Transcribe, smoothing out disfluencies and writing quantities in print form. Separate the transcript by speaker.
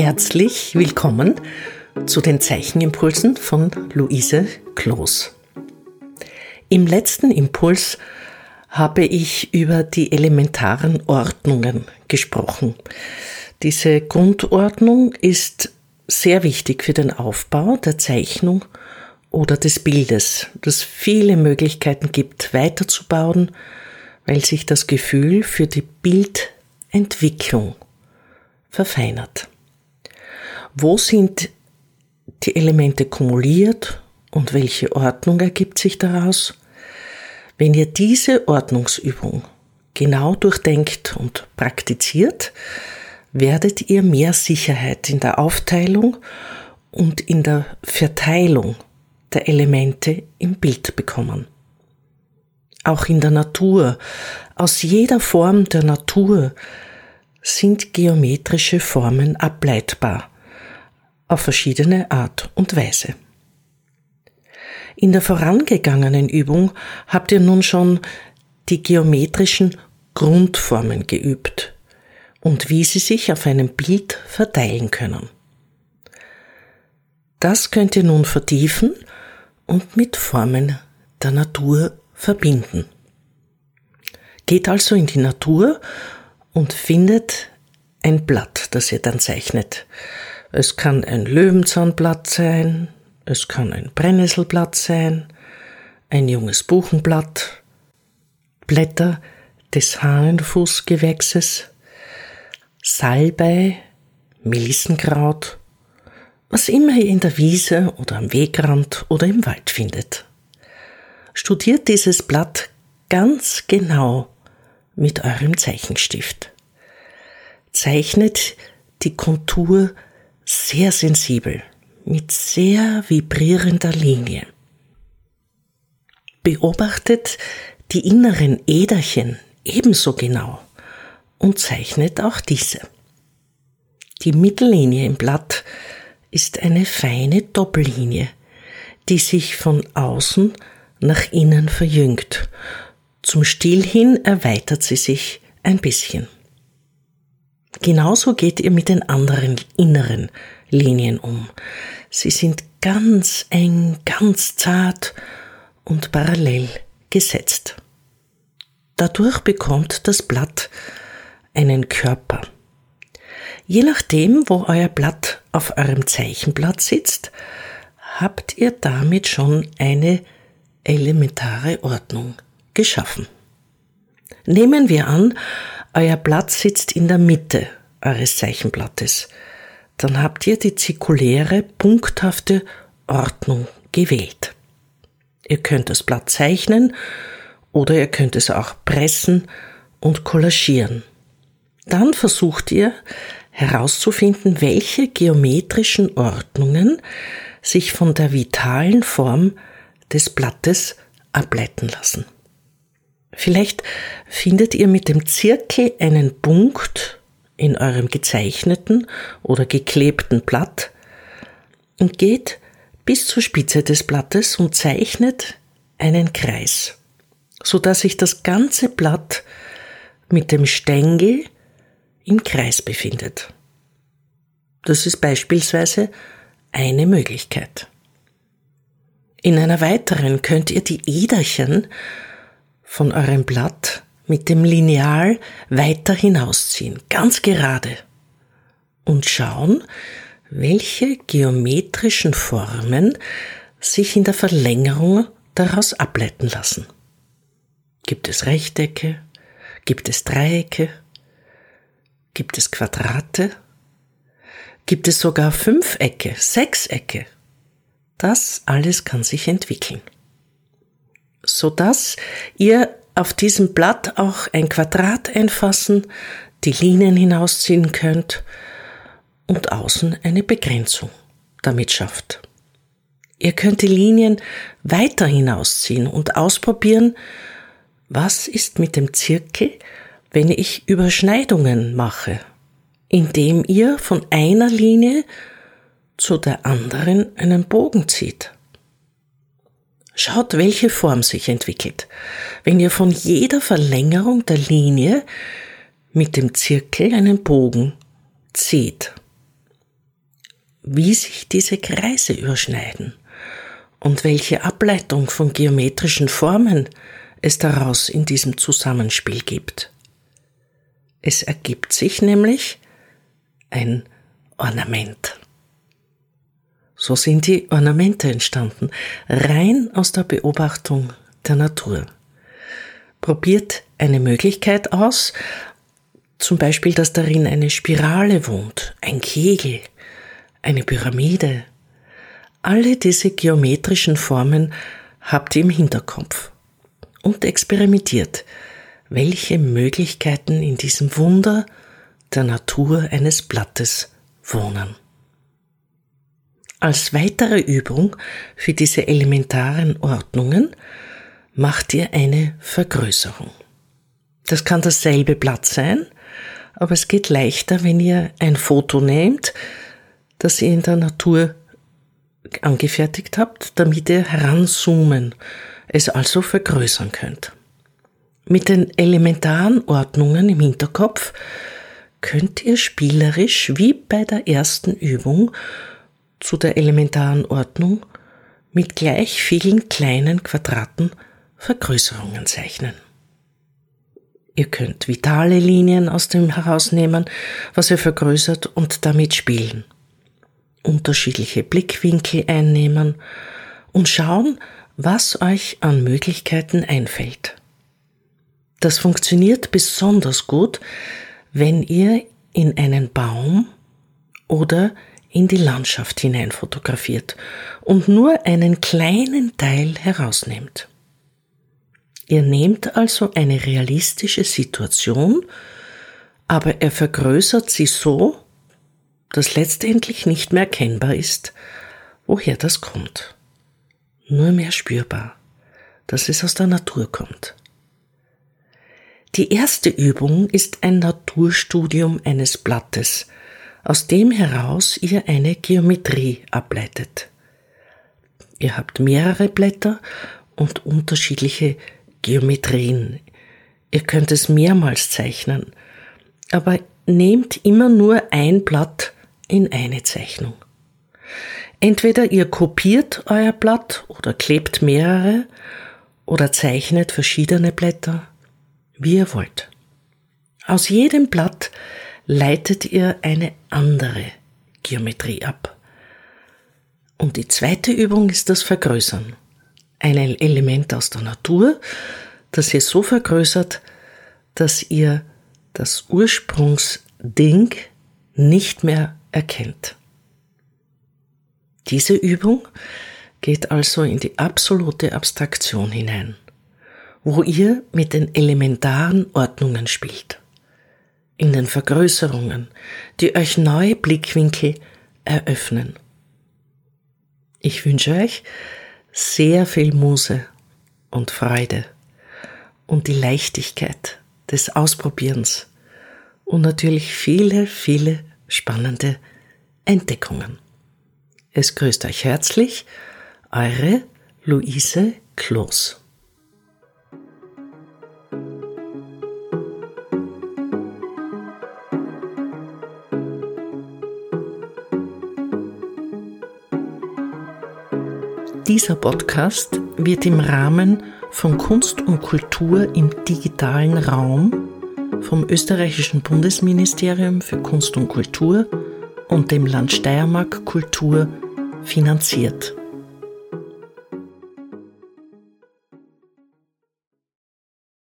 Speaker 1: Herzlich willkommen zu den Zeichenimpulsen von Luise Kloos. Im letzten Impuls habe ich über die elementaren Ordnungen gesprochen. Diese Grundordnung ist sehr wichtig für den Aufbau der Zeichnung oder des Bildes, das viele Möglichkeiten gibt, weiterzubauen, weil sich das Gefühl für die Bildentwicklung verfeinert. Wo sind die Elemente kumuliert und welche Ordnung ergibt sich daraus? Wenn ihr diese Ordnungsübung genau durchdenkt und praktiziert, werdet ihr mehr Sicherheit in der Aufteilung und in der Verteilung der Elemente im Bild bekommen. Auch in der Natur, aus jeder Form der Natur sind geometrische Formen ableitbar, auf verschiedene Art und Weise. In der vorangegangenen Übung habt ihr nun schon die geometrischen Grundformen geübt und wie sie sich auf einem Bild verteilen können. Das könnt ihr nun vertiefen und mit Formen der Natur verbinden. Geht also in die Natur und findet ein Blatt, das ihr dann zeichnet. Es kann ein Löwenzahnblatt sein, es kann ein Brennnesselblatt sein, ein junges Buchenblatt, Blätter des Hahnenfußgewächses, Salbei, Melissenkraut, was immer ihr in der Wiese oder am Wegrand oder im Wald findet. Studiert dieses Blatt ganz genau mit eurem Zeichenstift. Zeichnet die Kontur sehr sensibel, mit sehr vibrierender Linie. Beobachtet die inneren Äderchen ebenso genau und zeichnet auch diese. Die Mittellinie im Blatt ist eine feine Doppellinie, die sich von außen nach innen verjüngt. Zum Stiel hin erweitert sie sich ein bisschen. Genauso geht ihr mit den anderen inneren Linien um. Sie sind ganz eng, ganz zart und parallel gesetzt. Dadurch bekommt das Blatt einen Körper. Je nachdem, wo euer Blatt auf eurem Zeichenblatt sitzt, habt ihr damit schon eine elementare Ordnung geschaffen. Nehmen wir an, euer Blatt sitzt in der Mitte eures Zeichenblattes. Dann habt ihr die zirkuläre, punkthafte Ordnung gewählt. Ihr könnt das Blatt zeichnen oder ihr könnt es auch pressen und collagieren. Dann versucht ihr herauszufinden, welche geometrischen Ordnungen sich von der vitalen Form des Blattes ableiten lassen. Vielleicht findet ihr mit dem Zirkel einen Punkt in eurem gezeichneten oder geklebten Blatt und geht bis zur Spitze des Blattes und zeichnet einen Kreis, sodass sich das ganze Blatt mit dem Stängel im Kreis befindet. Das ist beispielsweise eine Möglichkeit. In einer weiteren könnt ihr die Äderchen von eurem Blatt mit dem Lineal weiter hinausziehen, ganz gerade, und schauen, welche geometrischen Formen sich in der Verlängerung daraus ableiten lassen. Gibt es Rechtecke? Gibt es Dreiecke? Gibt es Quadrate? Gibt es sogar Fünfecke, Sechsecke? Das alles kann sich entwickeln, sodass ihr auf diesem Blatt auch ein Quadrat einfassen, die Linien hinausziehen könnt und außen eine Begrenzung damit schafft. Ihr könnt die Linien weiter hinausziehen und ausprobieren, was ist mit dem Zirkel, wenn ich Überschneidungen mache, indem ihr von einer Linie zu der anderen einen Bogen zieht. Schaut, welche Form sich entwickelt, wenn ihr von jeder Verlängerung der Linie mit dem Zirkel einen Bogen zieht. wie sich diese Kreise überschneiden und welche Ableitung von geometrischen Formen es daraus in diesem Zusammenspiel gibt. Es ergibt sich nämlich ein Ornament. So sind die Ornamente entstanden, rein aus der Beobachtung der Natur. Probiert eine Möglichkeit aus, zum Beispiel, dass darin eine Spirale wohnt, ein Kegel, eine Pyramide. Alle diese geometrischen Formen habt ihr im Hinterkopf und experimentiert, welche Möglichkeiten in diesem Wunder der Natur eines Blattes wohnen. Als weitere Übung für diese elementaren Ordnungen macht ihr eine Vergrößerung. Das kann dasselbe Blatt sein, aber es geht leichter, wenn ihr ein Foto nehmt, das ihr in der Natur angefertigt habt, damit ihr heranzoomen, es also vergrößern könnt. Mit den elementaren Ordnungen im Hinterkopf könnt ihr spielerisch wie bei der ersten Übung zu der elementaren Ordnung mit gleich vielen kleinen Quadraten Vergrößerungen zeichnen. Ihr könnt vitale Linien aus dem herausnehmen, was ihr vergrößert, und damit spielen. Unterschiedliche Blickwinkel einnehmen und schauen, was euch an Möglichkeiten einfällt. Das funktioniert besonders gut, wenn ihr in einen Baum oder in die Landschaft hinein fotografiert und nur einen kleinen Teil herausnehmt. Ihr nehmt also eine realistische Situation, aber er vergrößert sie so, dass letztendlich nicht mehr erkennbar ist, woher das kommt. Nur mehr spürbar, dass es aus der Natur kommt. Die erste Übung ist ein Naturstudium eines Blattes, aus dem heraus ihr eine Geometrie ableitet. Ihr habt mehrere Blätter und unterschiedliche Geometrien. Ihr könnt es mehrmals zeichnen, aber nehmt immer nur ein Blatt in eine Zeichnung. Entweder ihr kopiert euer Blatt oder klebt mehrere oder zeichnet verschiedene Blätter, wie ihr wollt. Aus jedem Blatt leitet ihr eine andere Geometrie ab. Und die zweite Übung ist das Vergrößern. Ein Element aus der Natur, das ihr so vergrößert, dass ihr das Ursprungsding nicht mehr erkennt. Diese Übung geht also in die absolute Abstraktion hinein, wo ihr mit den elementaren Ordnungen spielt, in den Vergrößerungen, die euch neue Blickwinkel eröffnen. Ich wünsche euch sehr viel Muße und Freude und die Leichtigkeit des Ausprobierens und natürlich viele, viele spannende Entdeckungen. Es grüßt euch herzlich, eure Luise Kloos. Dieser Podcast wird im Rahmen von Kunst und Kultur im digitalen Raum vom Österreichischen Bundesministerium für Kunst und Kultur und dem Land Steiermark Kultur finanziert.